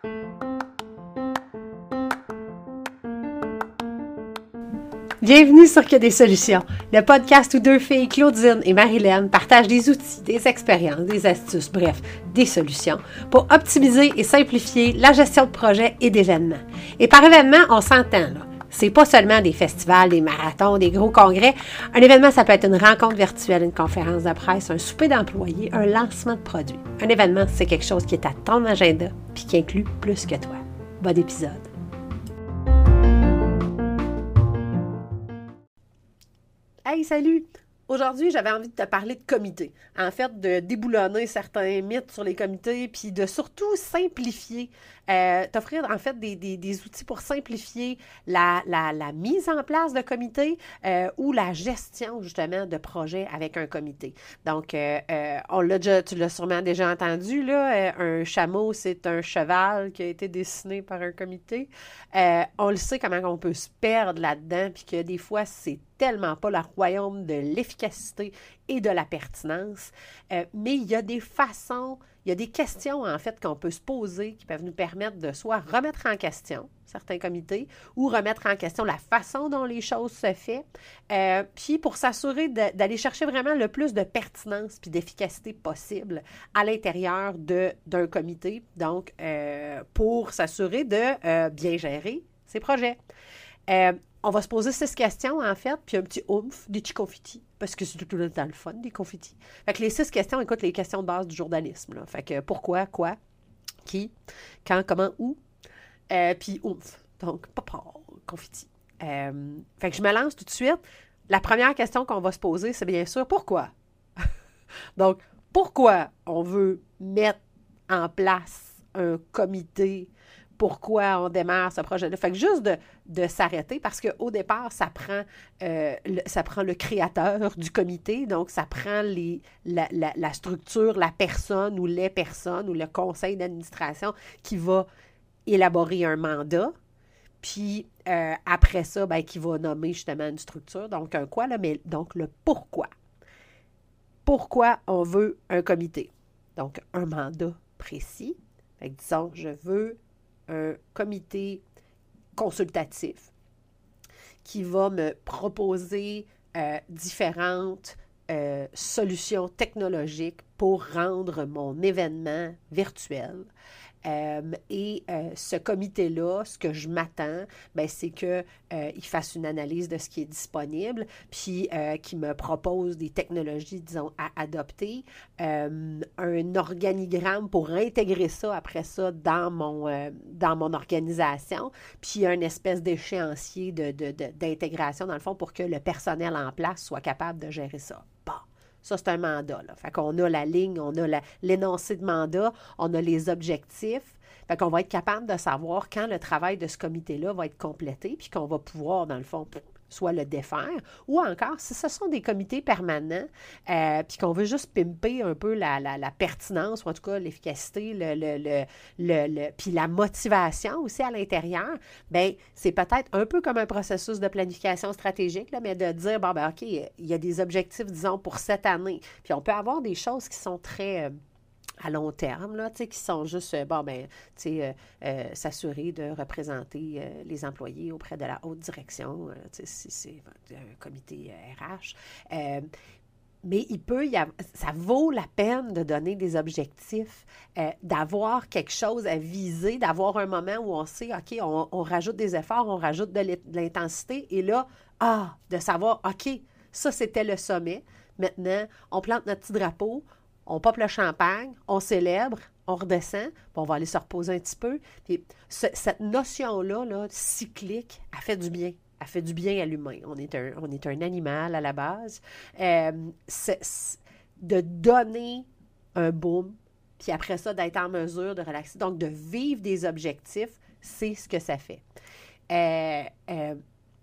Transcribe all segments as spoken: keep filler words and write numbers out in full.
Bienvenue sur Que des solutions, le podcast où deux filles, Claudine et Marilyn, partagent des outils, des expériences, des astuces, bref, des solutions pour optimiser et simplifier la gestion de projets et d'événements. Et par événement, on s'entend, là. C'est pas seulement des festivals, des marathons, des gros congrès. Un événement, ça peut être une rencontre virtuelle, une conférence de presse, un souper d'employés, un lancement de produits. Un événement, c'est quelque chose qui est à ton agenda puis qui inclut plus que toi. Bon épisode. Hey, salut! Aujourd'hui, j'avais envie de te parler de comités. En fait, de déboulonner certains mythes sur les comités, puis de surtout simplifier, euh, t'offrir en fait des, des, des outils pour simplifier la, la, la mise en place de comités euh, ou la gestion justement de projets avec un comité. Donc, euh, euh, on l'a déjà, tu l'as sûrement déjà entendu, là, euh, un chameau, c'est un cheval qui a été dessiné par un comité. Euh, on le sait comment on peut se perdre là-dedans, puis que des fois, c'est tellement pas le royaume de l'efficacité et de la pertinence, euh, mais il y a des façons, il y a des questions en fait qu'on peut se poser qui peuvent nous permettre de soit remettre en question certains comités ou remettre en question la façon dont les choses se font, euh, puis pour s'assurer de, d'aller chercher vraiment le plus de pertinence puis d'efficacité possible à l'intérieur de, d'un comité, donc euh, pour s'assurer de euh, bien gérer ses projets. Euh, On va se poser six questions, en fait, puis un petit oomph, des petits confettis, parce que c'est tout le temps le fun, des confettis. Fait que les six questions, écoute, les questions de base du journalisme, là. Fait que pourquoi, quoi, qui, quand, comment, où, euh, puis oomph. Donc, papa, confettis. Euh, fait que je me lance tout de suite. La première question qu'on va se poser, c'est bien sûr, pourquoi? Donc, pourquoi on veut mettre en place un comité? Pourquoi on démarre ce projet-là. Fait que juste de, de s'arrêter, parce qu'au départ, ça prend, euh, le, ça prend le créateur du comité, donc ça prend les, la, la, la structure, la personne ou les personnes ou le conseil d'administration qui va élaborer un mandat, puis euh, après ça, ben, qui va nommer justement une structure, donc un quoi, là, mais donc le pourquoi. Pourquoi on veut un comité? Donc, un mandat précis. Fait que disons, je veux un comité consultatif qui va me proposer euh, différentes euh, solutions technologiques pour rendre mon événement virtuel. Euh, et euh, ce comité-là, ce que je m'attends, ben, c'est qu'il euh, fasse une analyse de ce qui est disponible, puis euh, qu'il me propose des technologies, disons, à adopter, euh, un organigramme pour intégrer ça après ça dans mon, euh, dans mon organisation, puis un espèce d'échéancier de, de, de, d'intégration, dans le fond, pour que le personnel en place soit capable de gérer ça. Bon. Ça, c'est un mandat, là. Fait qu'on a la ligne, on a la, l'énoncé de mandat, on a les objectifs. Fait qu'on va être capable de savoir quand le travail de ce comité-là va être complété, puis qu'on va pouvoir, dans le fond, soit le défaire, ou encore, si ce sont des comités permanents, euh, puis qu'on veut juste pimper un peu la, la, la pertinence, ou en tout cas l'efficacité, le, le, le, le, le, puis la motivation aussi à l'intérieur, bien, c'est peut-être un peu comme un processus de planification stratégique, là, mais de dire, bon, ben OK, il y a des objectifs, disons, pour cette année. Puis on peut avoir des choses qui sont très... Euh, à long terme, là, tu sais, qui sont juste, euh, bon, ben, tu sais, euh, euh, s'assurer de représenter euh, les employés auprès de la haute direction, euh, tu sais, si c'est un comité euh, R H. Euh, mais il peut y avoir, ça vaut la peine de donner des objectifs, euh, d'avoir quelque chose à viser, d'avoir un moment où on sait, OK, on, on rajoute des efforts, on rajoute de l'intensité, et là, ah, de savoir, OK, ça, c'était le sommet. Maintenant, on plante notre petit drapeau, on pop le champagne, on célèbre, on redescend, puis on va aller se reposer un petit peu. Puis ce, cette notion-là, là, cyclique, elle fait du bien. Elle fait du bien à l'humain. On est un, on est un animal à la base. Euh, c'est, c'est de donner un boom, puis après ça, d'être en mesure de relaxer. Donc, de vivre des objectifs, c'est ce que ça fait. Euh, euh,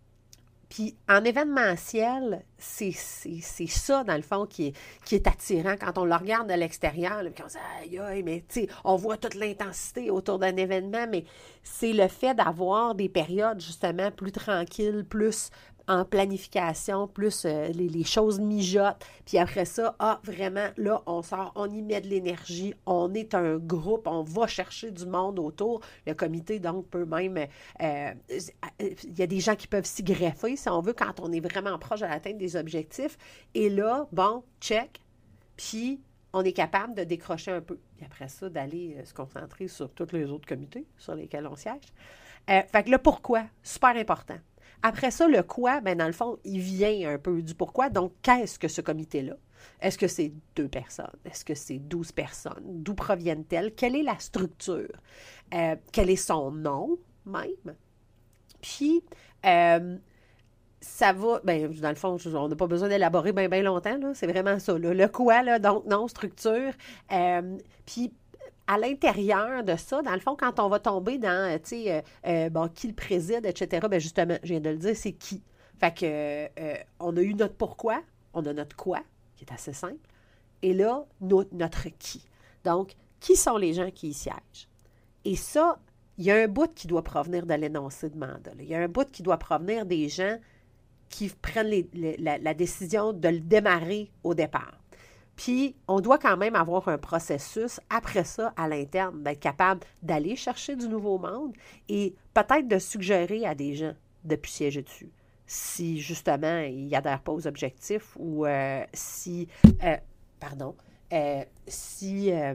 Puis en événementiel, c'est, c'est, c'est ça, dans le fond, qui est, qui est attirant quand on le regarde de l'extérieur. Là, puis on se dit, aïe, aïe, mais tu sais, on voit toute l'intensité autour d'un événement, mais c'est le fait d'avoir des périodes, justement, plus tranquilles, plus en planification, plus euh, les, les choses mijotent. Puis après ça, ah, vraiment, là, on sort, on y met de l'énergie, on est un groupe, on va chercher du monde autour. Le comité, donc, peut même... Euh, il y a des gens qui peuvent s'y greffer, si on veut, quand on est vraiment proche de l'atteinte des objectifs. Et là, bon, check, puis on est capable de décrocher un peu. Puis après ça, d'aller euh, se concentrer sur tous les autres comités sur lesquels on siège. Euh, fait que le pourquoi, super important. Après ça, le quoi, ben dans le fond, il vient un peu du pourquoi. Donc, qu'est-ce que ce comité-là? Est-ce que c'est deux personnes? Est-ce que c'est douze personnes? D'où proviennent-elles? Quelle est la structure? Euh, quel est son nom, même? Puis, euh, ça va, ben, dans le fond, on n'a pas besoin d'élaborer bien, bien longtemps, là. C'est vraiment ça, là. Le quoi, là, donc, non, structure. Euh, puis, à l'intérieur de ça, dans le fond, quand on va tomber dans, tu sais, euh, euh, bon, qui le préside, et cetera, bien justement, je viens de le dire, c'est qui. Fait que, euh, on a eu notre pourquoi, on a notre quoi, qui est assez simple, et là, notre, notre qui. Donc, qui sont les gens qui y siègent? Et ça, il y a un bout qui doit provenir de l'énoncé de mandat. Là. Il y a un bout qui doit provenir des gens qui prennent les, les, la, la décision de le démarrer au départ. Puis, on doit quand même avoir un processus, après ça, à l'interne, d'être capable d'aller chercher du nouveau monde et peut-être de suggérer à des gens de plus siéger dessus. Si, justement, ils n'adhèrent pas aux objectifs ou euh, si, euh, pardon, euh, si, euh,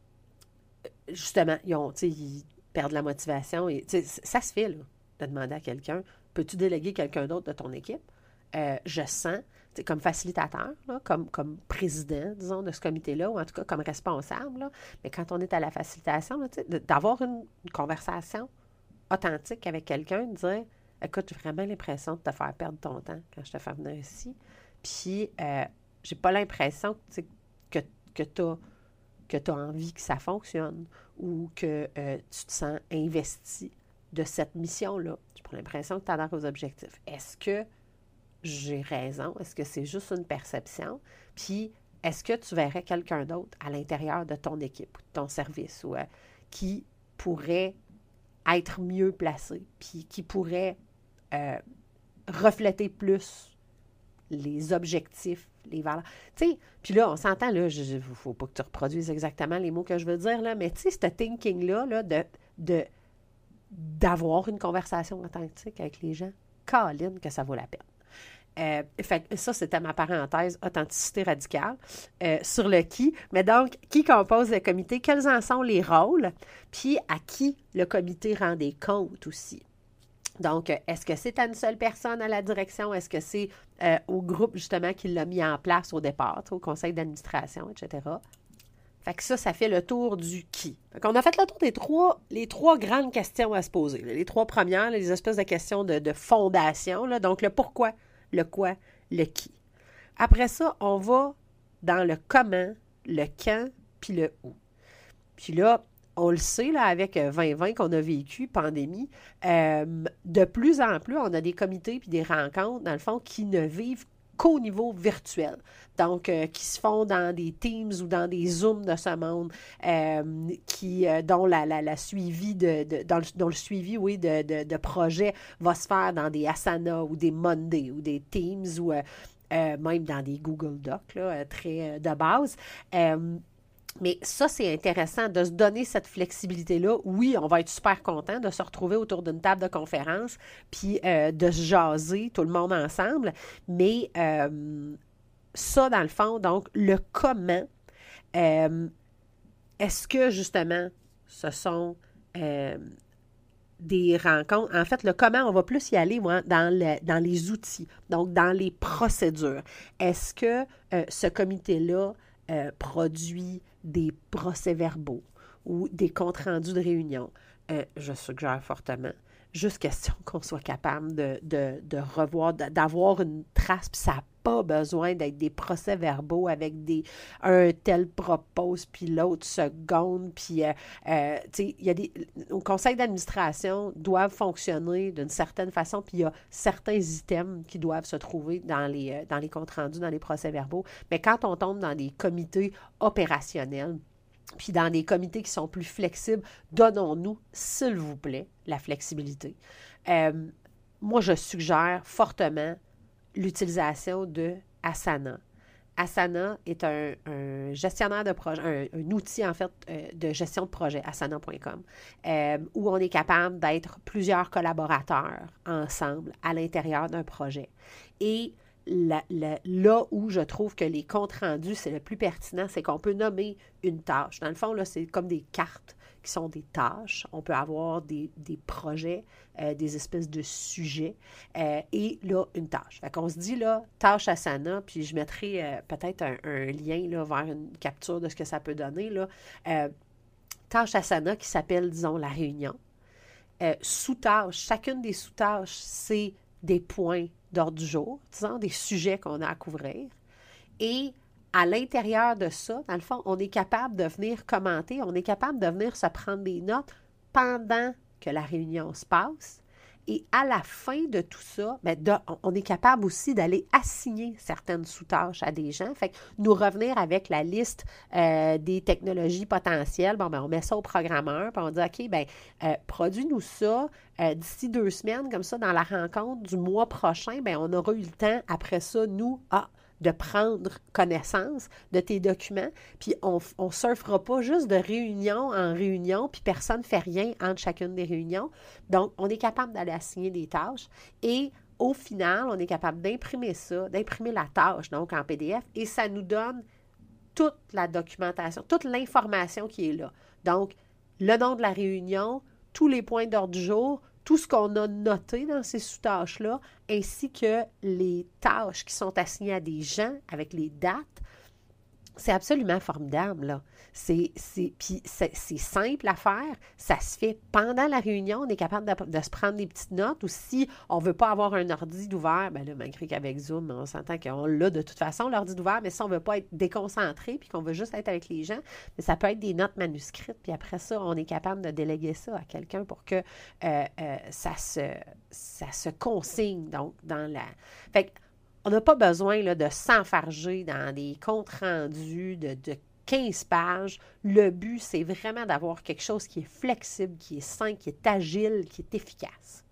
justement, ils, ont, ils perdent la motivation. Et, ça se fait, là, de demander à quelqu'un, peux-tu déléguer quelqu'un d'autre de ton équipe? Euh, je sens, comme facilitateur, là, comme, comme président, disons, de ce comité-là, ou en tout cas comme responsable, là, mais quand on est à la facilitation, là, d'avoir une, une conversation authentique avec quelqu'un, de dire, écoute, j'ai vraiment l'impression de te faire perdre ton temps quand je te fais venir ici, puis euh, j'ai pas l'impression que, que tu as que tu as envie que ça fonctionne ou que euh, tu te sens investi de cette mission-là. J'ai pas l'impression que tu adhères aux objectifs. Est-ce que j'ai raison? Est-ce que c'est juste une perception? Puis, est-ce que tu verrais quelqu'un d'autre à l'intérieur de ton équipe ou de ton service ou, euh, qui pourrait être mieux placé, puis qui pourrait euh, refléter plus les objectifs, les valeurs. Tu sais, puis là, on s'entend, là, il ne faut pas que tu reproduises exactement les mots que je veux dire, là, mais tu sais, ce thinking-là, là, de, de, d'avoir une conversation authentique avec les gens, câline que ça vaut la peine. Euh, fait, ça, c'était ma parenthèse authenticité radicale euh, sur le qui. Mais donc, qui compose le comité? Quels en sont les rôles? Puis, à qui le comité rend des comptes aussi? Donc, est-ce que c'est à une seule personne à la direction? Est-ce que c'est euh, au groupe, justement, qui l'a mis en place au départ, au conseil d'administration, et cetera? Fait que ça, ça fait le tour du qui. Fait qu'on a fait le tour des trois, les trois grandes questions à se poser. Là. Les trois premières, là, les espèces de questions de, de fondation. Là. Donc, le pourquoi, le quoi, le qui. Après ça, on va dans le comment, le quand, puis le où. Puis là, on le sait, là, avec vingt vingt qu'on a vécu, pandémie, euh, de plus en plus, on a des comités puis des rencontres, dans le fond, qui ne vivent qu'au niveau virtuel. Donc, euh, qui se font dans des Teams ou dans des Zooms de ce monde, euh, qui, euh, dont, la, la, la suivi de, de, dans le, dont le suivi, oui, de, de, de projets va se faire dans des Asana ou des Monday ou des Teams ou euh, euh, même dans des Google Docs, là, très euh, de base. Euh, Mais ça, c'est intéressant de se donner cette flexibilité-là. Oui, on va être super content de se retrouver autour d'une table de conférence puis euh, de se jaser tout le monde ensemble. Mais euh, ça, dans le fond, donc, le comment, euh, est-ce que, justement, ce sont euh, des rencontres? En fait, le comment, on va plus y aller moi, dans, le, dans les outils, donc dans les procédures. Est-ce que euh, ce comité-là euh, produit des procès-verbaux ou des comptes rendus de réunion? Euh, je suggère fortement. Juste question qu'on soit capable de, de, de revoir, de, d'avoir une trace, puis ça n'a pas besoin d'être des procès-verbaux avec des un tel propose, puis l'autre seconde, puis, euh, euh, tu sais, il y a des... Au conseil d'administration doivent fonctionner d'une certaine façon, puis il y a certains items qui doivent se trouver dans les, euh, dans les comptes rendus, dans les procès-verbaux. Mais quand on tombe dans des comités opérationnels, puis dans des comités qui sont plus flexibles, donnons-nous, s'il vous plaît, la flexibilité. Euh, moi, je suggère fortement l'utilisation de Asana. Asana est un, un gestionnaire de projet, un, un outil en fait euh, de gestion de projet, asana point com, euh, où on est capable d'être plusieurs collaborateurs ensemble à l'intérieur d'un projet. Et la, la, là où je trouve que les comptes rendus, c'est le plus pertinent, c'est qu'on peut nommer une tâche. Dans le fond, là, c'est comme des cartes qui sont des tâches. On peut avoir des, des projets, euh, des espèces de sujets, euh, et là, une tâche. Fait qu'on se dit, là, tâche Asana, puis je mettrai euh, peut-être un, un lien là, vers une capture de ce que ça peut donner, là. Euh, tâche Asana qui s'appelle, disons, la réunion. Euh, sous-tâches, chacune des sous-tâches, c'est des points d'ordre du jour, disons, des sujets qu'on a à couvrir. Et à l'intérieur de ça, dans le fond, on est capable de venir commenter, on est capable de venir se prendre des notes pendant que la réunion se passe. Et à la fin de tout ça, bien, de, on est capable aussi d'aller assigner certaines sous-tâches à des gens. Fait que nous revenir avec la liste euh, des technologies potentielles. Bon, bien, on met ça au programmeur, puis on dit, OK, bien, euh, produis-nous ça euh, d'ici deux semaines, comme ça, dans la rencontre du mois prochain, bien, on aura eu le temps, après ça, nous, ah, de prendre connaissance de tes documents, puis on ne surfera pas juste de réunion en réunion, puis personne ne fait rien entre chacune des réunions. Donc, on est capable d'aller assigner des tâches et au final, on est capable d'imprimer ça, d'imprimer la tâche, donc en P D F, et ça nous donne toute la documentation, toute l'information qui est là. Donc, le nom de la réunion, tous les points d'ordre du jour, tout ce qu'on a noté dans ces sous-tâches-là, ainsi que les tâches qui sont assignées à des gens avec les dates, c'est absolument formidable, là. C'est, c'est, puis c'est, c'est simple à faire. Ça se fait pendant la réunion. On est capable de, de se prendre des petites notes. Ou si on ne veut pas avoir un ordi d'ouvert, bien là, malgré qu'avec Zoom, on s'entend qu'on l'a de toute façon, l'ordi d'ouvert, mais si on ne veut pas être déconcentré puis qu'on veut juste être avec les gens, mais ça peut être des notes manuscrites. Puis après ça, on est capable de déléguer ça à quelqu'un pour que euh, euh, ça, se, ça se consigne, donc, dans la... Fait que, on n'a pas besoin là, de s'enfarger dans des comptes rendus de, de quinze pages. Le but, c'est vraiment d'avoir quelque chose qui est flexible, qui est simple, qui est agile, qui est efficace.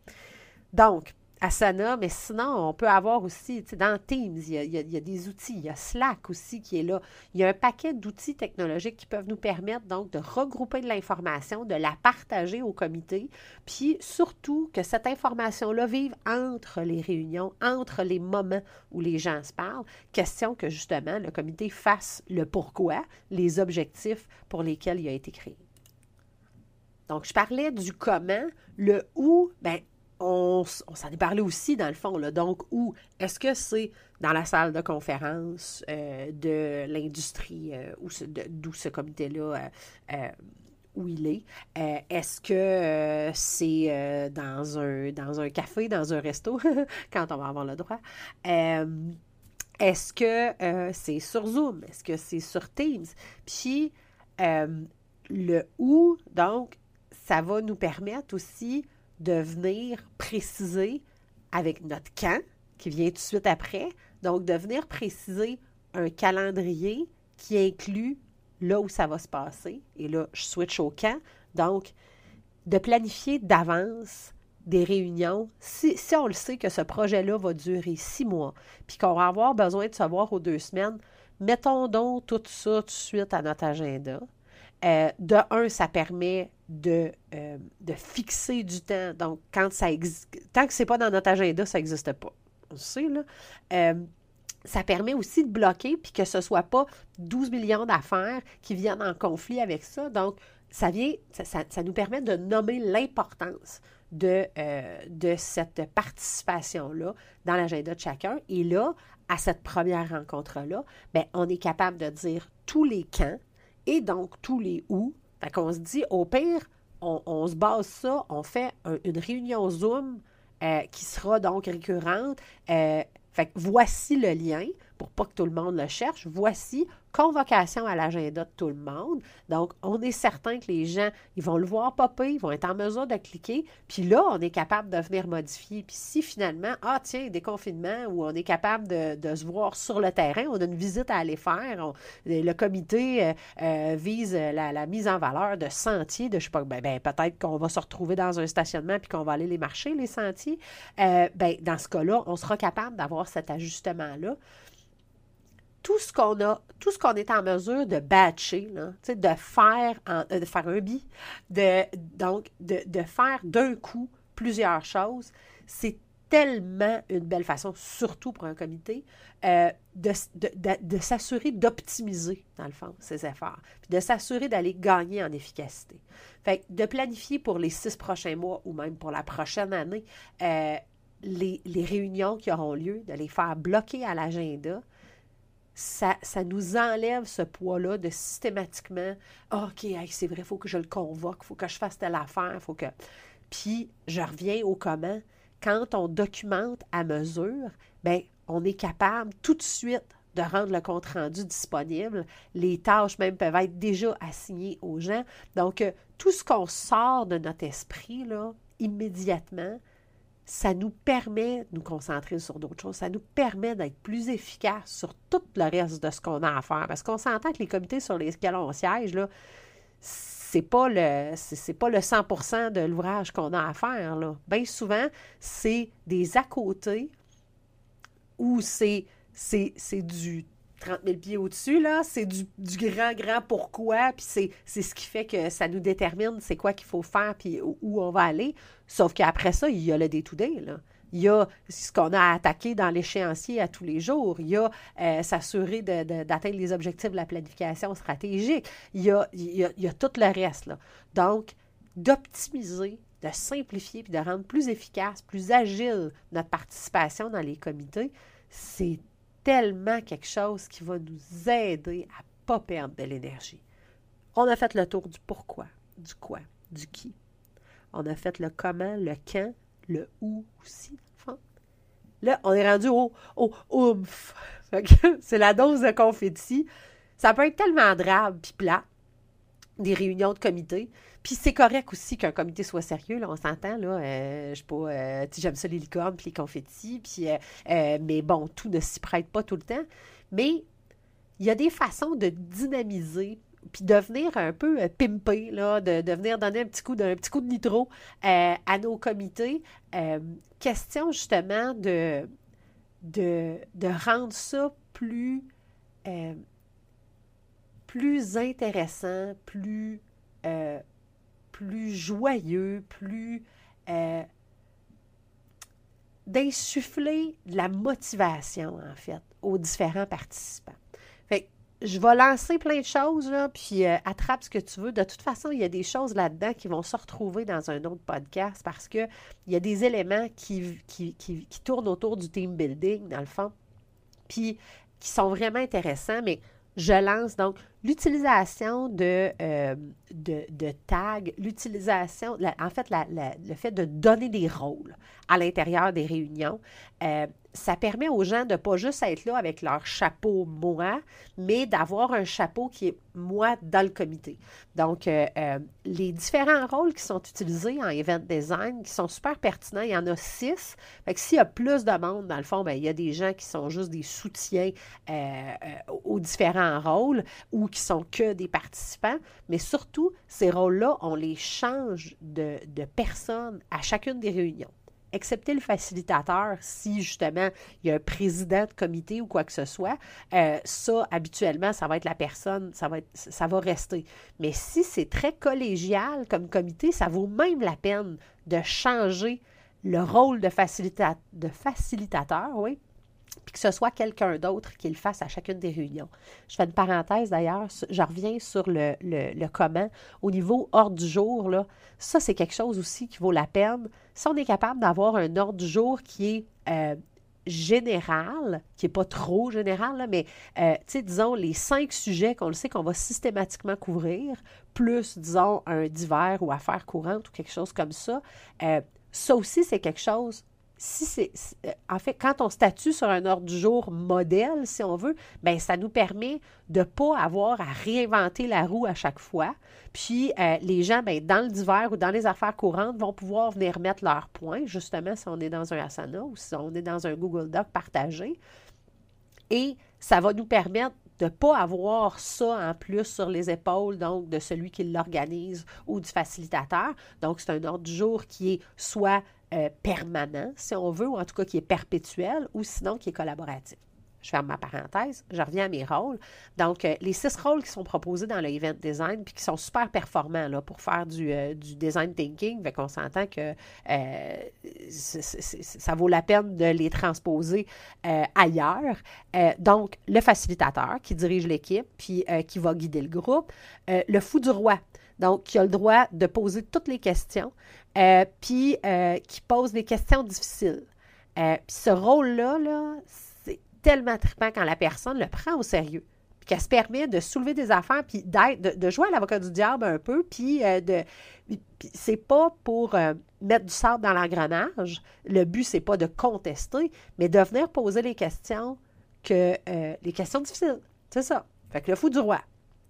Donc, Asana, mais sinon, on peut avoir aussi, tu sais, dans Teams, il y, a, il, y a, il y a des outils, il y a Slack aussi qui est là. Il y a un paquet d'outils technologiques qui peuvent nous permettre donc de regrouper de l'information, de la partager au comité, puis surtout que cette information-là vive entre les réunions, entre les moments où les gens se parlent. Question que justement, le comité fasse le pourquoi, les objectifs pour lesquels il a été créé. Donc, je parlais du comment, le où, bien, On, on s'en est parlé aussi, dans le fond. Là. Donc, où? Est-ce que c'est dans la salle de conférence euh, de l'industrie euh, où ce, de, d'où ce comité-là, euh, euh, où il est? Euh, est-ce que euh, c'est euh, dans, un, dans un café, dans un resto, quand on va avoir le droit? Euh, est-ce que euh, c'est sur Zoom? Est-ce que c'est sur Teams? Puis, euh, le où, donc, ça va nous permettre aussi de venir préciser avec notre quand, qui vient tout de suite après, donc de venir préciser un calendrier qui inclut là où ça va se passer. Et là, je switch au quand. Donc, de planifier d'avance des réunions, si, si on le sait que ce projet-là va durer six mois, puis qu'on va avoir besoin de se voir aux deux semaines, mettons donc tout ça tout de suite à notre agenda. Euh, de un, ça permet de, euh, de fixer du temps. Donc, quand ça existe, tant que ce n'est pas dans notre agenda, ça n'existe pas. On sait, là. Euh, ça permet aussi de bloquer puis que ce ne soit pas douze millions d'affaires qui viennent en conflit avec ça. Donc, ça vient, ça, ça, ça nous permet de nommer l'importance de, euh, de cette participation-là dans l'agenda de chacun. Et là, à cette première rencontre-là, bien, on est capable de dire tous les quand et donc tous les où. Fait qu'on se dit, au pire, on, on se base ça, on fait un, une réunion Zoom euh, qui sera donc récurrente. Euh, fait que voici le lien pour pas que tout le monde le cherche, voici convocation à l'agenda de tout le monde. Donc, on est certain que les gens, ils vont le voir popper, ils vont être en mesure de cliquer, puis là, on est capable de venir modifier. Puis si finalement, ah tiens, déconfinement, ou on est capable de, de se voir sur le terrain, on a une visite à aller faire, on, le comité euh, euh, vise la, la mise en valeur de sentiers, de je sais pas, ben, ben peut-être qu'on va se retrouver dans un stationnement puis qu'on va aller les marcher, les sentiers. Euh, ben, dans ce cas-là, on sera capable d'avoir cet ajustement-là. Tout ce qu'on a, tout ce qu'on est en mesure de batcher, là, de faire en, de faire un bi, de, donc de, de faire d'un coup plusieurs choses, c'est tellement une belle façon, surtout pour un comité, euh, de, de, de, de s'assurer d'optimiser, dans le fond, ses efforts, puis de s'assurer d'aller gagner en efficacité. Fait que de planifier pour les six prochains mois ou même pour la prochaine année, euh, les, les réunions qui auront lieu, de les faire bloquer à l'agenda, Ça, ça nous enlève ce poids-là de systématiquement ah, « OK, hey, c'est vrai, il faut que je le convoque, il faut que je fasse telle affaire, il faut que... » Puis, je reviens au comment. Quand on documente à mesure, bien, on est capable tout de suite de rendre le compte-rendu disponible. Les tâches même peuvent être déjà assignées aux gens. Donc, tout ce qu'on sort de notre esprit, là, immédiatement, ça nous permet de nous concentrer sur d'autres choses. Ça nous permet d'être plus efficace sur tout le reste de ce qu'on a à faire. Parce qu'on s'entend que les comités sur lesquels on siège, là, c'est pas le, c'est, c'est pas le cent pour cent de l'ouvrage qu'on a à faire, là. Bien souvent, c'est des à côté où c'est, c'est, c'est du trente mille pieds au-dessus, là, c'est du, du grand, grand pourquoi, puis c'est, c'est ce qui fait que ça nous détermine c'est quoi qu'il faut faire, puis où, où on va aller. Sauf qu'après ça, il y a le day-to-day, là. Il y a ce qu'on a à attaquer dans l'échéancier à tous les jours. Il y a euh, s'assurer de, de, d'atteindre les objectifs de la planification stratégique. Il y a, il y a, il y a tout le reste, là. Donc, d'optimiser, de simplifier, puis de rendre plus efficace, plus agile notre participation dans les comités, c'est tellement quelque chose qui va nous aider à ne pas perdre de l'énergie. On a fait le tour du pourquoi, du quoi, du qui. On a fait le comment, le quand, le où aussi. Là, on est rendu au, au oomph. C'est la dose de confetti. Ça peut être tellement drabe puis plat, des réunions de comité. Puis c'est correct aussi qu'un comité soit sérieux, là, on s'entend, là, euh, je sais pas, euh, j'aime ça les licornes puis les confettis, puis, euh, euh, mais bon, tout ne s'y prête pas tout le temps. Mais il y a des façons de dynamiser puis de venir un peu euh, pimper, là, de, de venir donner un petit coup de, un petit coup de nitro euh, à nos comités. Euh, question justement de, de, de rendre ça plus, euh, plus intéressant, plus, euh, plus joyeux, plus... Euh, d'insuffler de la motivation, en fait, aux différents participants. Fait que je vais lancer plein de choses, là, puis euh, attrape ce que tu veux. De toute façon, il y a des choses là-dedans qui vont se retrouver dans un autre podcast parce qu'il y a des éléments qui, qui, qui, qui tournent autour du team building, dans le fond, puis qui sont vraiment intéressants, mais je lance donc l'utilisation de, euh, de, de tags, l'utilisation, la, en fait, la, la, le fait de donner des rôles à l'intérieur des réunions. Euh, ça permet aux gens de ne pas juste être là avec leur chapeau moi, mais d'avoir un chapeau qui est moi dans le comité. Donc, euh, euh, les différents rôles qui sont utilisés en event design, qui sont super pertinents, il y en a six. Fait que s'il y a plus de monde, dans le fond, bien, il y a des gens qui sont juste des soutiens euh, euh, aux différents rôles ou qui sont que des participants. Mais surtout, ces rôles-là, on les change de, de personnes à chacune des réunions. Excepté le facilitateur, si justement il y a un président de comité ou quoi que ce soit, euh, ça, habituellement, ça va être la personne, ça va être, ça va rester. Mais si c'est très collégial comme comité, ça vaut même la peine de changer le rôle de, facilita- de facilitateur, oui, puis que ce soit quelqu'un d'autre qui le fasse à chacune des réunions. Je fais une parenthèse d'ailleurs, je reviens sur le, le, le comment. Au niveau ordre du jour, là, ça c'est quelque chose aussi qui vaut la peine. Si on est capable d'avoir un ordre du jour qui est euh, général, qui n'est pas trop général, là, mais euh, tu sais, disons, les cinq sujets qu'on le sait qu'on va systématiquement couvrir, plus, disons, un divers ou affaires courantes ou quelque chose comme ça, euh, ça aussi c'est quelque chose. si c'est, en fait, quand on statue sur un ordre du jour modèle, si on veut, bien, ça nous permet de ne pas avoir à réinventer la roue à chaque fois. Puis, euh, les gens, bien, dans le divers ou dans les affaires courantes, vont pouvoir venir mettre leurs points, justement, si on est dans un Asana ou si on est dans un Google Doc partagé. Et ça va nous permettre de ne pas avoir ça en plus sur les épaules, donc, de celui qui l'organise ou du facilitateur. Donc, c'est un ordre du jour qui est soit euh, permanent, si on veut, ou en tout cas qui est perpétuel, ou sinon qui est collaboratif. Je ferme ma parenthèse, je reviens à mes rôles. Donc, euh, les six rôles qui sont proposés dans le Event Design, puis qui sont super performants là, pour faire du, euh, du design thinking, fait qu'on s'entend que euh, c'est, c'est, ça vaut la peine de les transposer euh, ailleurs. Euh, donc, le facilitateur qui dirige l'équipe, puis euh, qui va guider le groupe. Euh, le fou du roi, donc qui a le droit de poser toutes les questions, euh, puis euh, qui pose des questions difficiles. Euh, puis ce rôle-là, là, tellement trippant quand la personne le prend au sérieux, puis qu'elle se permet de soulever des affaires, puis d'être, de, de jouer à l'avocat du diable un peu, puis euh, de... Puis c'est pas pour euh, mettre du sable dans l'engrenage, le but, c'est pas de contester, mais de venir poser les questions, que euh, les questions difficiles, c'est ça. Fait que le fou du roi.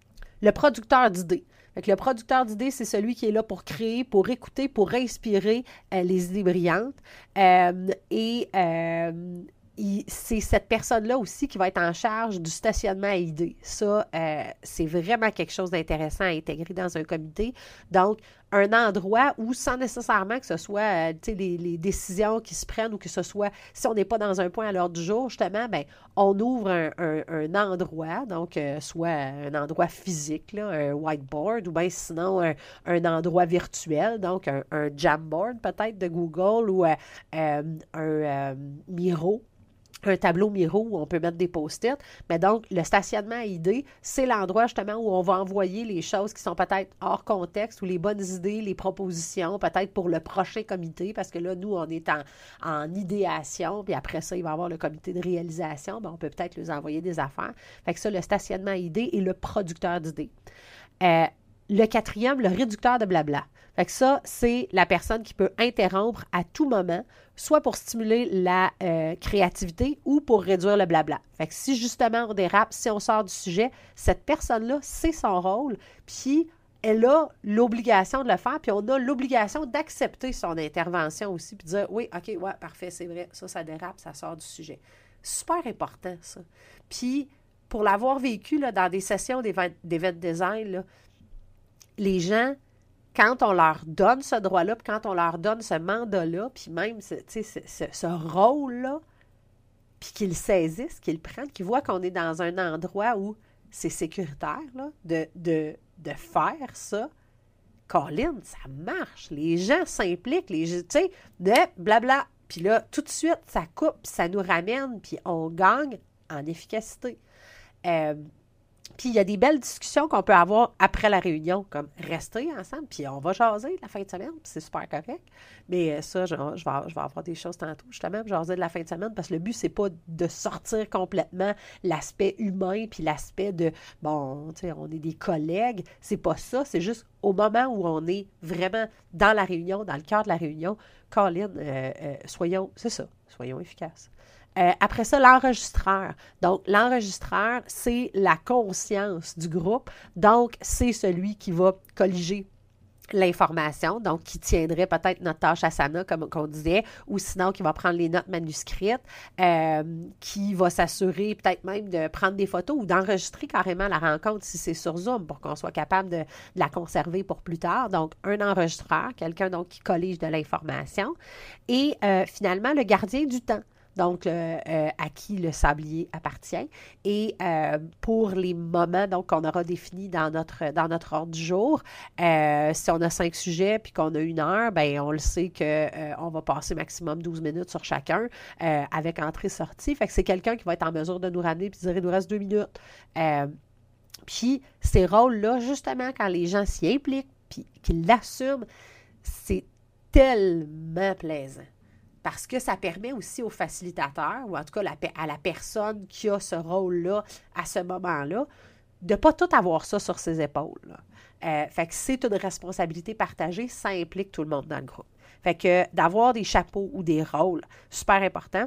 Le producteur d'idées. Fait que le producteur d'idées, c'est celui qui est là pour créer, pour écouter, pour inspirer euh, les idées brillantes. Euh, et... Euh, c'est cette personne-là aussi qui va être en charge du stationnement à idées. Ça, euh, c'est vraiment quelque chose d'intéressant à intégrer dans un comité. Donc, un endroit où, sans nécessairement que ce soit euh, les, les décisions qui se prennent ou que ce soit, si on n'est pas dans un point à l'ordre du jour, justement, ben, on ouvre un, un, un endroit, donc euh, soit un endroit physique, là, un whiteboard, ou bien sinon un, un endroit virtuel, donc un, un Jamboard peut-être de Google ou euh, euh, un euh, Miro, un tableau Miro où on peut mettre des post-it. Mais donc, le stationnement à idées, c'est l'endroit justement où on va envoyer les choses qui sont peut-être hors contexte ou les bonnes idées, les propositions, peut-être pour le prochain comité, parce que là, nous, on est en, en idéation, puis après ça, il va y avoir le comité de réalisation. Bien, on peut peut-être leur envoyer des affaires. Fait que ça, le stationnement à idées et le producteur d'idées. Euh, le quatrième, le réducteur de blabla. Fait que ça, c'est la personne qui peut interrompre à tout moment, soit pour stimuler la euh, créativité ou pour réduire le blabla. Fait que si justement on dérape, si on sort du sujet, cette personne-là, c'est son rôle, puis elle a l'obligation de le faire, puis on a l'obligation d'accepter son intervention aussi, puis de dire, oui, OK, ouais, parfait, c'est vrai, ça, ça dérape, ça sort du sujet. Super important, ça. Puis, pour l'avoir vécu là, dans des sessions d'event design, là, les gens, quand on leur donne ce droit-là, puis quand on leur donne ce mandat-là, puis même ce, ce, ce, ce rôle-là, puis qu'ils saisissent, qu'ils prennent, qu'ils voient qu'on est dans un endroit où c'est sécuritaire là, de, de, de faire ça, Colin, ça marche. Les gens s'impliquent, les tu sais, de blabla. Puis là, tout de suite, ça coupe, ça nous ramène, puis on gagne en efficacité. Euh, Puis il y a des belles discussions qu'on peut avoir après la réunion, comme rester ensemble, puis on va jaser la fin de semaine, puis c'est super correct. Mais ça, je, je, vais, je vais avoir des choses tantôt, justement, jaser de la fin de semaine, parce que le but, c'est pas de sortir complètement l'aspect humain, puis l'aspect de, bon, tu sais, on est des collègues, c'est pas ça, c'est juste au moment où on est vraiment dans la réunion, dans le cœur de la réunion, Colin, euh, euh, soyons, c'est ça, soyons efficaces. Euh, après ça, l'enregistreur. Donc, l'enregistreur, c'est la conscience du groupe. Donc, c'est celui qui va colliger l'information, donc qui tiendrait peut-être notre tâche Asana, comme on disait, ou sinon qui va prendre les notes manuscrites, euh, qui va s'assurer peut-être même de prendre des photos ou d'enregistrer carrément la rencontre si c'est sur Zoom pour qu'on soit capable de, de la conserver pour plus tard. Donc, un enregistreur, quelqu'un donc qui collige de l'information. Et euh, finalement, le gardien du temps. Donc, euh, euh, à qui le sablier appartient. Et euh, pour les moments donc qu'on aura définis dans notre, dans notre ordre du jour, euh, si on a cinq sujets puis qu'on a une heure, bien, on le sait qu'on euh, va passer maximum douze minutes sur chacun euh, avec entrée-sortie. Fait que c'est quelqu'un qui va être en mesure de nous ramener puis dire il nous reste deux minutes. Euh, puis ces rôles-là, justement, quand les gens s'y impliquent puis qu'ils l'assument, c'est tellement plaisant. Parce que ça permet aussi au facilitateur, ou en tout cas la, à la personne qui a ce rôle-là à ce moment-là, de ne pas tout avoir ça sur ses épaules. Euh, fait que c'est une responsabilité partagée, ça implique tout le monde dans le groupe. Fait que d'avoir des chapeaux ou des rôles, super important.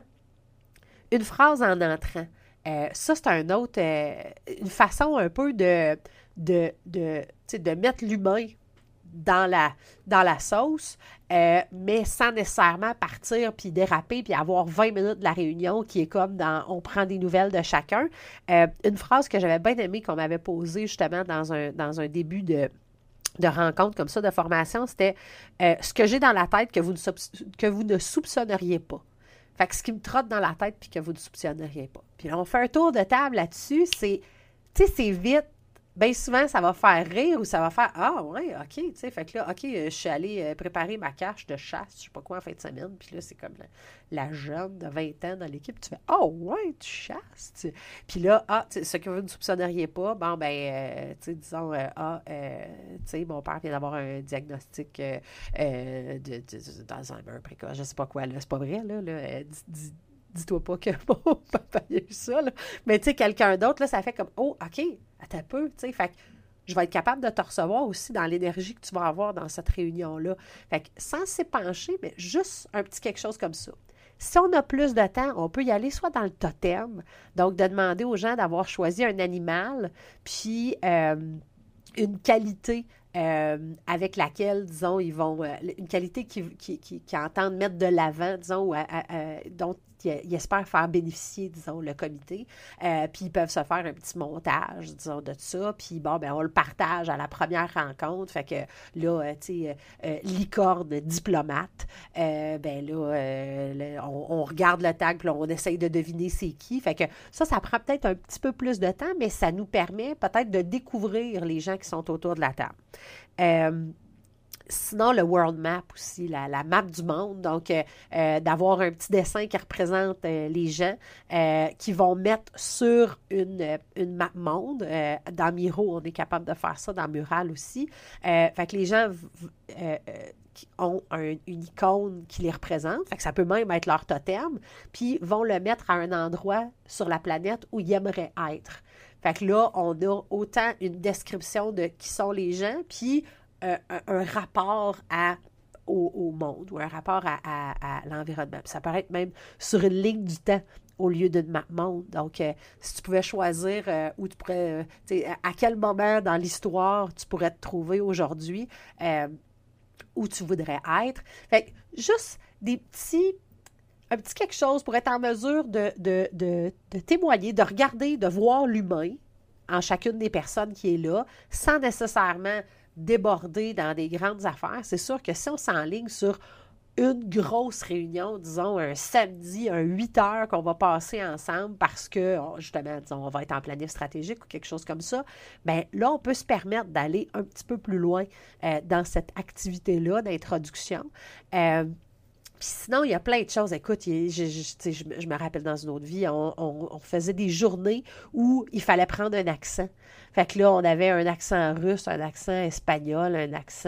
Une phrase en entrant. Euh, ça, c'est un autre, euh, une façon un peu de, de, de, de mettre l'humain dans la, dans la sauce, euh, mais sans nécessairement partir puis déraper puis avoir vingt minutes de la réunion qui est comme dans « on prend des nouvelles de chacun euh, ». Une phrase que j'avais bien aimée qu'on m'avait posée justement dans un, dans un début de, de rencontre comme ça, de formation, c'était euh, « ce que j'ai dans la tête que vous, ne, que vous ne soupçonneriez pas ». Fait que ce qui me trotte dans la tête puis que vous ne soupçonneriez pas. Puis là, on fait un tour de table là-dessus, c'est, tu sais, c'est vite. Bien souvent, ça va faire rire ou ça va faire « Ah, ouais, OK, tu sais, fait que là, OK, je suis allée préparer ma cache de chasse, je sais pas quoi, en fin de semaine. » Puis là, c'est comme la, la jeune de vingt ans dans l'équipe. Tu fais « Oh, ouais, tu chasses. » tu... Puis là, ah, ce que vous ne soupçonneriez pas, bon, ben, euh, tu sais, disons, euh, ah, euh, tu sais, mon père vient d'avoir un diagnostic euh, euh, de, de, d'Alzheimer précoce, je sais pas quoi, là, c'est pas vrai, là, là, euh, dis, dis, dis-toi pas que mon papa a eu ça, là. Mais tu sais, quelqu'un d'autre, là, ça fait comme « Oh, OK, attends un peu, tu sais, fait que je vais être capable de te recevoir aussi dans l'énergie que tu vas avoir dans cette réunion-là. » Fait que sans s'épancher, mais juste un petit quelque chose comme ça. Si on a plus de temps, on peut y aller soit dans le totem, donc de demander aux gens d'avoir choisi un animal, puis euh, une qualité euh, avec laquelle, disons, ils vont... Euh, une qualité qu'ils qui, qui, qui entendent mettre de l'avant, disons, ou à, à, à, dont ils espèrent faire bénéficier, disons, le comité. Euh, puis ils peuvent se faire un petit montage, disons, de ça. Puis bon, ben on le partage à la première rencontre. Fait que là, euh, tu sais, euh, licorne diplomate, euh, ben là, euh, là on, on regarde le tag, puis là, on essaye de deviner c'est qui. Fait que ça, ça prend peut-être un petit peu plus de temps, mais ça nous permet peut-être de découvrir les gens qui sont autour de la table. Euh, Sinon, le World Map aussi, la, la map du monde, donc euh, euh, d'avoir un petit dessin qui représente euh, les gens euh, qui vont mettre sur une, une map monde. Euh, dans Miro, on est capable de faire ça, dans Mural aussi. Euh, fait que les gens euh, qui ont un, une icône qui les représente, fait que ça peut même être leur totem, puis vont le mettre à un endroit sur la planète où ils aimeraient être. Fait que là, on a autant une description de qui sont les gens, puis Un, un rapport à, au, au monde ou un rapport à, à, à l'environnement. Puis ça peut être même sur une ligne du temps au lieu d'une map monde. Donc, euh, si tu pouvais choisir euh, où tu pourrais, euh, tu sais, à quel moment dans l'histoire tu pourrais te trouver aujourd'hui, euh, où tu voudrais être. Fait que juste des petits, un petit quelque chose pour être en mesure de, de, de, de témoigner, de regarder, de voir l'humain en chacune des personnes qui est là, sans nécessairement déborder dans des grandes affaires. C'est sûr que si on s'enligne sur une grosse réunion, disons un samedi, un huit heures qu'on va passer ensemble parce que, justement, disons, on va être en planif stratégique ou quelque chose comme ça, bien là, on peut se permettre d'aller un petit peu plus loin euh, dans cette activité-là d'introduction. Euh, Puis sinon, il y a plein de choses. Écoute, je, je, je, je me rappelle dans une autre vie, on, on, on faisait des journées où il fallait prendre un accent. Fait que là, on avait un accent russe, un accent espagnol, un accent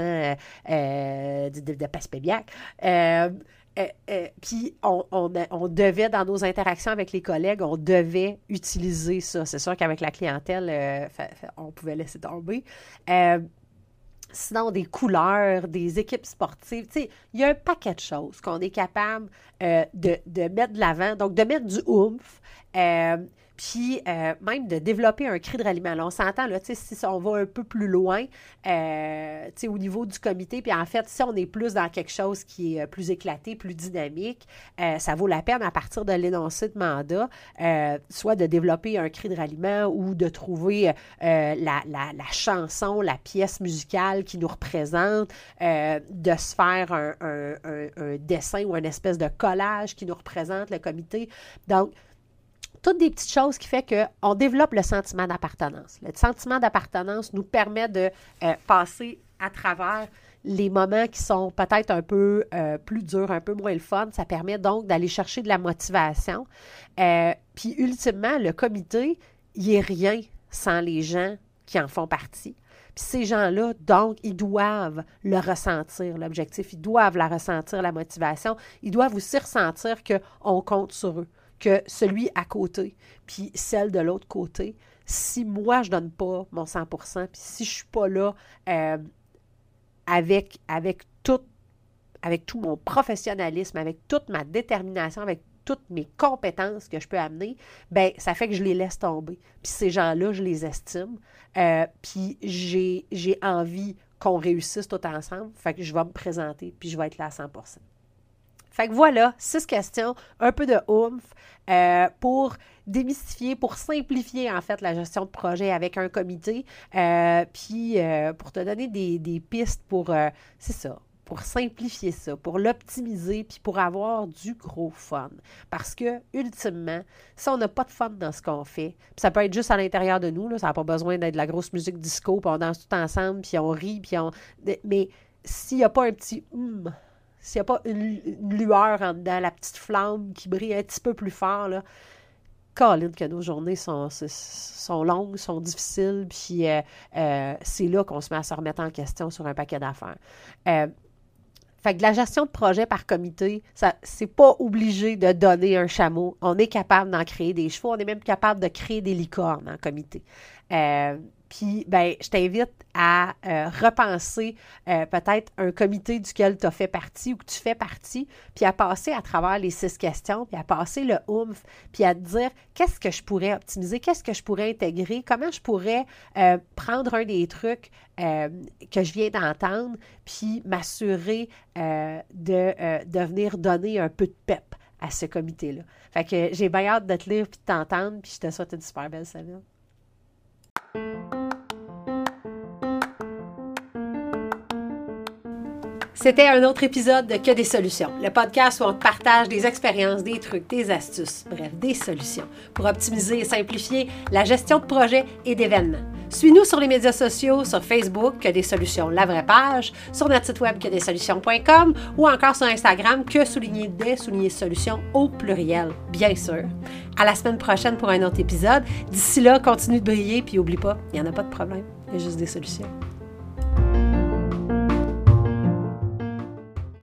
euh, de, de, de Paspébiac. Euh, euh, euh, puis on, on, on devait, dans nos interactions avec les collègues, on devait utiliser ça. C'est sûr qu'avec la clientèle, euh, fait, fait, on pouvait laisser tomber. Euh, Sinon, des couleurs, des équipes sportives. Tu sais, il y a un paquet de choses qu'on est capable euh, de, de mettre de l'avant, donc de mettre du oomph, euh, puis euh, même de développer un cri de ralliement. Là, on s'entend, là, tu sais, si on va un peu plus loin, euh, tu sais, au niveau du comité, puis en fait, si on est plus dans quelque chose qui est plus éclaté, plus dynamique, euh, ça vaut la peine, à partir de l'énoncé de mandat, euh, soit de développer un cri de ralliement ou de trouver euh, la, la, la chanson, la pièce musicale qui nous représente, euh, de se faire un, un, un, un dessin ou une espèce de collage qui nous représente le comité. Donc, toutes des petites choses qui font qu'on développe le sentiment d'appartenance. Le sentiment d'appartenance nous permet de euh, passer à travers les moments qui sont peut-être un peu euh, plus durs, un peu moins le fun. Ça permet donc d'aller chercher de la motivation. Euh, puis ultimement, le comité, il n'est rien sans les gens qui en font partie. Puis ces gens-là, donc, ils doivent le ressentir, l'objectif. Ils doivent la ressentir, la motivation. Ils doivent aussi ressentir qu'on compte sur eux, que celui à côté, puis celle de l'autre côté, si moi, je ne donne pas mon cent pour cent, puis si je ne suis pas là euh, avec, avec tout, avec tout mon professionnalisme, avec toute ma détermination, avec toutes mes compétences que je peux amener, ben ça fait que je les laisse tomber. Puis ces gens-là, je les estime. Euh, puis j'ai, j'ai envie qu'on réussisse tout ensemble. Fait que je vais me présenter, puis je vais être là à cent pour cent. Fait que voilà, six questions, un peu de oomph euh, pour démystifier, pour simplifier en fait la gestion de projet avec un comité, euh, puis euh, pour te donner des, des pistes pour, euh, c'est ça, pour simplifier ça, pour l'optimiser, puis pour avoir du gros fun. Parce que, ultimement, si on n'a pas de fun dans ce qu'on fait, puis ça peut être juste à l'intérieur de nous, là, ça n'a pas besoin d'être de la grosse musique disco, puis on danse tout ensemble, puis on rit, puis on... Mais s'il n'y a pas un petit hum, s'il n'y a pas une, une lueur en dedans, la petite flamme qui brille un petit peu plus fort, là, Colin, que nos journées sont, sont longues, sont difficiles, puis euh, euh, c'est là qu'on se met à se remettre en question sur un paquet d'affaires. Euh, fait que la gestion de projet par comité, ça, c'est pas obligé de donner un chameau. On est capable d'en créer des chevaux, on est même capable de créer des licornes en comité. Euh, Puis, ben, je t'invite à euh, repenser euh, peut-être un comité duquel tu as fait partie ou que tu fais partie, puis à passer à travers les six questions, puis à passer le oomph, puis à te dire qu'est-ce que je pourrais optimiser, qu'est-ce que je pourrais intégrer, comment je pourrais euh, prendre un des trucs euh, que je viens d'entendre, puis m'assurer euh, de, euh, de venir donner un peu de pep à ce comité-là. Fait que j'ai bien hâte de te lire puis de t'entendre, puis je te souhaite une super belle semaine. C'était un autre épisode de Que des solutions, le podcast où on te partage des expériences, des trucs, des astuces, bref, des solutions pour optimiser et simplifier la gestion de projets et d'événements. Suis-nous sur les médias sociaux, sur Facebook, Que des solutions, la vraie page, sur notre site web que des solutions point com ou encore sur Instagram, que souligner des souligner solutions au pluriel, bien sûr. À la semaine prochaine pour un autre épisode. D'ici là, continue de briller, puis oublie pas, il n'y en a pas de problème, il y a juste des solutions.